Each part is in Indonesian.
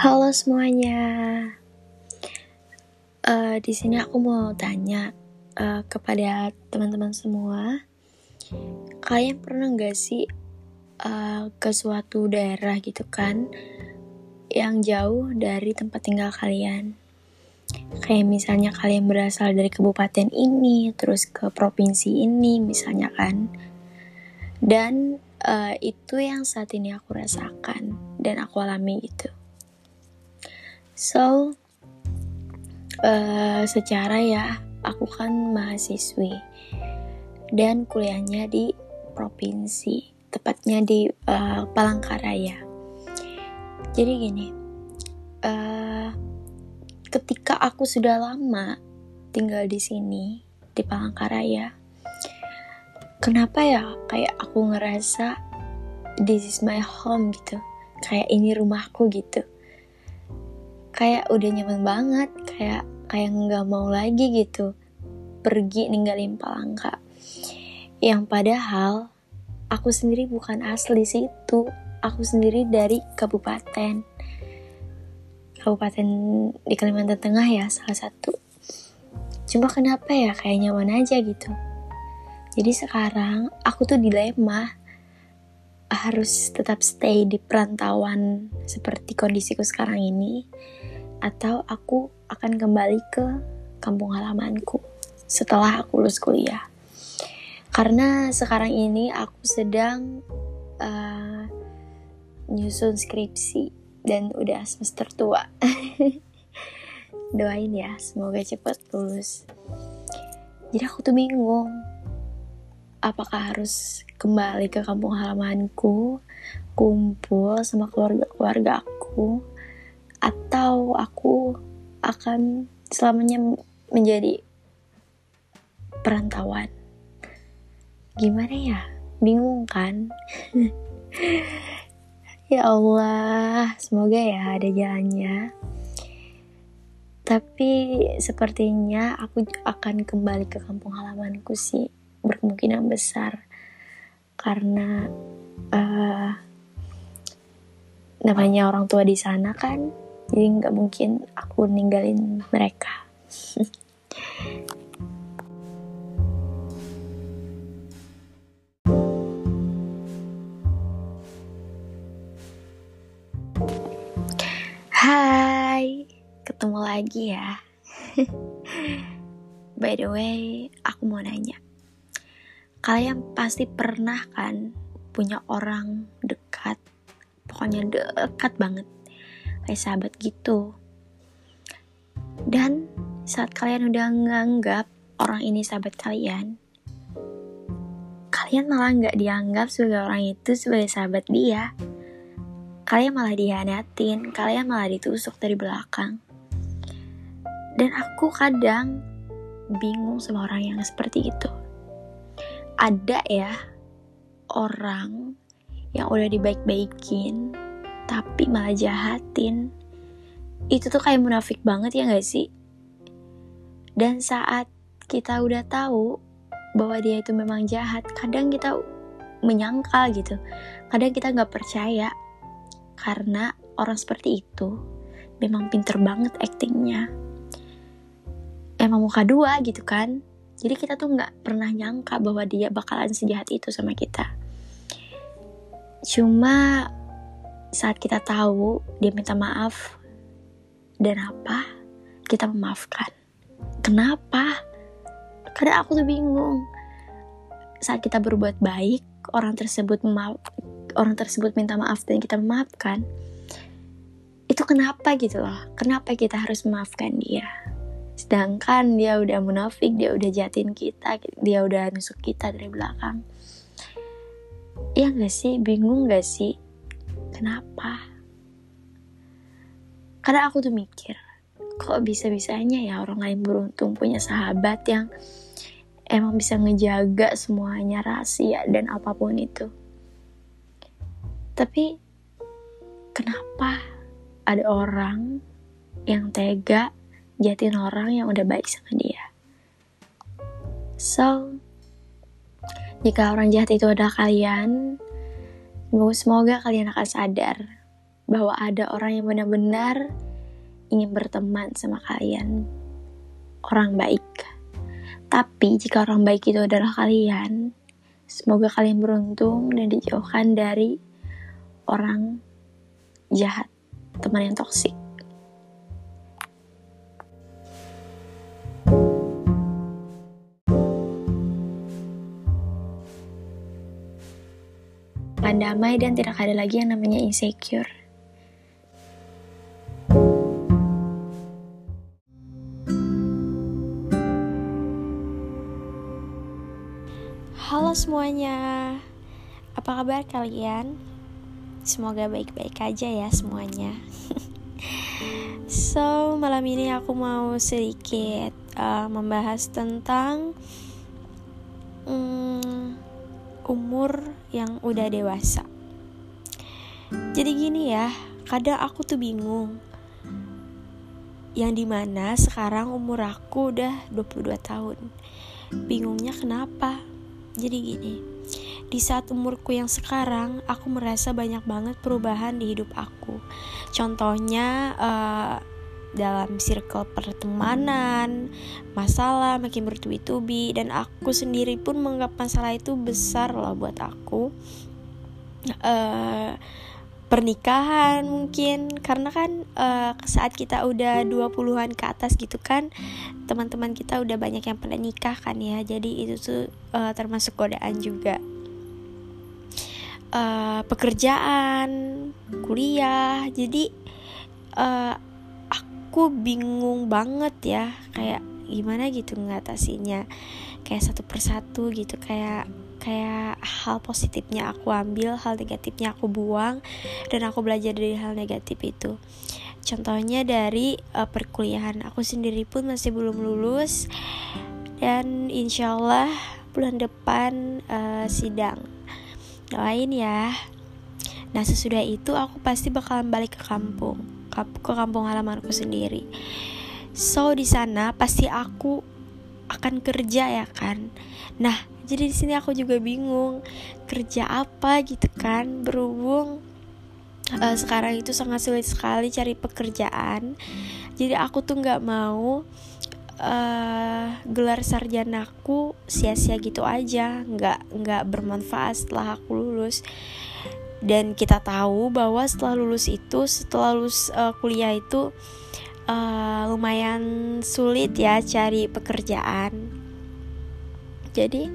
Halo semuanya. Di sini aku mau tanya kepada teman-teman semua. Kalian pernah nggak sih ke suatu daerah gitu kan, yang jauh dari tempat tinggal kalian? Kayak misalnya kalian berasal dari kabupaten ini, terus ke provinsi ini misalnya kan. Dan itu yang saat ini aku rasakan dan aku alami gitu. So, secara ya, aku kan mahasiswi dan kuliahnya di provinsi, tepatnya di Palangkaraya. Jadi gini, ketika aku sudah lama tinggal di sini di Palangkaraya, kenapa ya kayak aku ngerasa this is my home gitu, kayak ini rumahku gitu. Kayak udah nyaman banget, kayak nggak mau lagi gitu pergi ninggalin Palangka. Yang padahal aku sendiri bukan asli situ, aku sendiri dari kabupaten di Kalimantan Tengah ya, salah satu. Cuma kenapa ya kayak nyaman aja gitu. Jadi sekarang aku tuh dilema, harus tetap stay di perantauan seperti kondisiku sekarang ini, atau aku akan kembali ke kampung halamanku setelah aku lulus kuliah. Karena sekarang ini aku sedang nyusun skripsi dan udah semester tua. Doain ya, semoga cepat lulus. Jadi aku tuh bingung, apakah harus kembali ke kampung halamanku, kumpul sama keluarga aku, atau aku akan selamanya menjadi perantauan. Gimana ya? Bingung kan? Ya Allah, semoga ya ada jalannya. Tapi sepertinya aku akan kembali ke kampung halamanku sih, berkemungkinan besar. Karena namanya orang tua di sana kan, jadi nggak mungkin aku ninggalin mereka. Hai, ketemu lagi ya. By the way, aku mau nanya, kalian pasti pernah kan punya orang dekat, pokoknya dekat banget, kayak sahabat gitu. Dan saat kalian udah nganggap orang ini sahabat kalian malah gak dianggap sebagai orang itu sebagai sahabat dia. Kalian malah dihianatin, kalian malah ditusuk dari belakang. Dan aku kadang bingung sama orang yang seperti itu. Ada ya orang yang udah dibaik-baikin tapi malah jahatin. Itu tuh kayak munafik banget ya gak sih? Dan saat kita udah tahu bahwa dia itu memang jahat, kadang kita menyangkal gitu, kadang kita gak percaya. Karena orang seperti itu memang pinter banget aktingnya, emang muka dua gitu kan. Jadi kita tuh gak pernah nyangka bahwa dia bakalan sejahat itu sama kita. Cuma saat kita tahu dia minta maaf, dan apa, kita memaafkan. Kenapa? Karena aku tuh bingung. Saat kita berbuat baik, orang tersebut minta maaf dan kita memaafkan, itu kenapa gitu loh? Kenapa kita harus memaafkan dia? Sedangkan dia udah munafik, dia udah jahatin kita, dia udah nusuk kita dari belakang. Iya gak sih? Bingung gak sih? Kenapa? Karena aku tuh mikir, kok bisa-bisanya ya orang lain beruntung punya sahabat yang emang bisa ngejaga semuanya, rahasia dan apapun itu. Tapi kenapa ada orang yang tega jahatin orang yang udah baik sama dia? So, jika orang jahat itu adalah kalian, semoga kalian akan sadar bahwa ada orang yang benar-benar ingin berteman sama kalian, orang baik. Tapi jika orang baik itu adalah kalian, semoga kalian beruntung dan dijauhkan dari orang jahat, teman yang toksik. Akan damai dan tidak ada lagi yang namanya insecure. Halo semuanya, apa kabar kalian? Semoga baik-baik aja ya semuanya. So, malam ini aku mau sedikit membahas tentang umur yang udah dewasa. Jadi gini ya, kadang aku tuh bingung. Yang dimana sekarang umur aku udah 22 tahun. Bingungnya kenapa? Jadi gini, di saat umurku yang sekarang, aku merasa banyak banget perubahan di hidup aku. Contohnya dalam circle pertemanan, masalah makin bertubi-tubi, dan aku sendiri pun menganggap masalah itu besar loh buat aku. Pernikahan mungkin, karena kan saat kita udah 20-an ke atas gitu kan, teman-teman kita udah banyak yang pernah nikah kan ya, jadi itu tuh termasuk godaan juga. Pekerjaan, kuliah, jadi aku bingung banget ya, kayak gimana gitu ngatasinnya, kayak satu persatu gitu, kayak hal positifnya aku ambil, hal negatifnya aku buang, dan aku belajar dari hal negatif itu. Contohnya dari perkuliahan, aku sendiri pun masih belum lulus, dan insyaallah bulan depan sidang. Doain ya. Nah, sesudah itu aku pasti bakalan balik ke kampung halamanku sendiri. So di sana pasti aku akan kerja ya kan. Nah, jadi di sini aku juga bingung kerja apa gitu kan, berhubung sekarang itu sangat sulit sekali cari pekerjaan. Jadi aku tuh nggak mau gelar sarjanaku sia-sia gitu aja, nggak bermanfaat setelah aku lulus. Dan kita tahu bahwa setelah lulus kuliah itu lumayan sulit ya cari pekerjaan. Jadi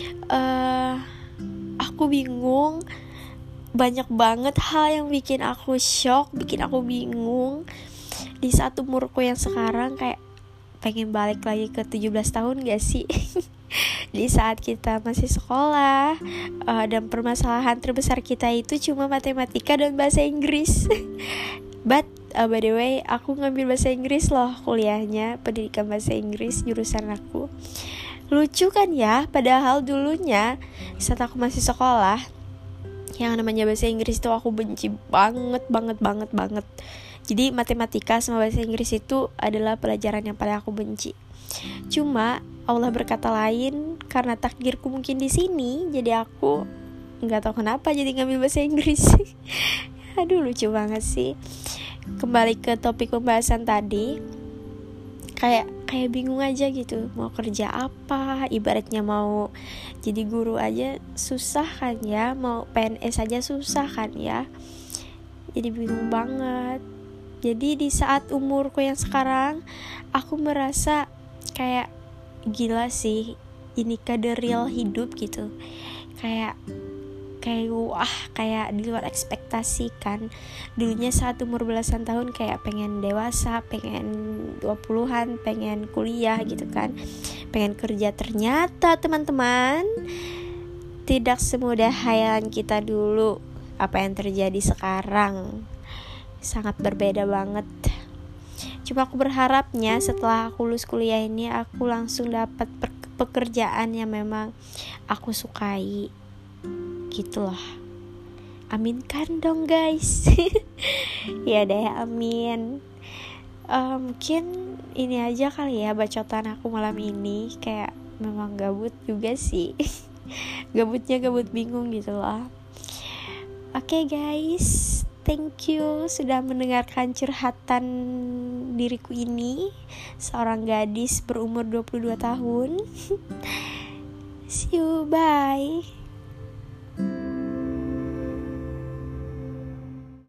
aku bingung, banyak banget hal yang bikin aku shock, bikin aku bingung. Di saat umurku yang sekarang kayak pengen balik lagi ke 17 tahun gak sih? Di saat kita masih sekolah, dan permasalahan terbesar kita itu cuma matematika dan bahasa Inggris. But by the way, aku ngambil bahasa Inggris loh kuliahnya, pendidikan bahasa Inggris jurusan aku. Lucu kan ya, padahal dulunya saat aku masih sekolah, yang namanya bahasa Inggris itu aku benci banget. Jadi matematika sama bahasa Inggris itu adalah pelajaran yang paling aku benci. Cuma Allah berkata lain, karena takdirku mungkin di sini, jadi aku nggak tahu kenapa jadi ngambil bahasa Inggris. Aduh, lucu banget sih. Kembali ke topik pembahasan tadi, kayak bingung aja gitu, mau kerja apa. Ibaratnya mau jadi guru aja susah kan ya, mau PNS aja susah kan ya. Jadi bingung banget. Jadi di saat umurku yang sekarang, aku merasa kayak gila sih, ini the real hidup gitu. Kayak wah, kayak di luar ekspektasi kan. Dulunya saat umur belasan tahun kayak pengen dewasa, pengen 20-an, pengen kuliah gitu kan, pengen kerja. Ternyata teman-teman, tidak semudah hayalan kita dulu. Apa yang terjadi sekarang sangat berbeda banget. Cuma aku berharapnya setelah aku lulus kuliah ini, aku langsung dapat pekerjaan yang memang aku sukai gitu loh. Aminkan dong guys. Ya deh, amin. Mungkin ini aja kali ya bacotan aku malam ini. Kayak memang gabut juga sih. Gabut bingung gitu loh. Oke guys, Thank you sudah mendengarkan curhatan diriku ini, seorang gadis berumur 22 tahun. See you, bye.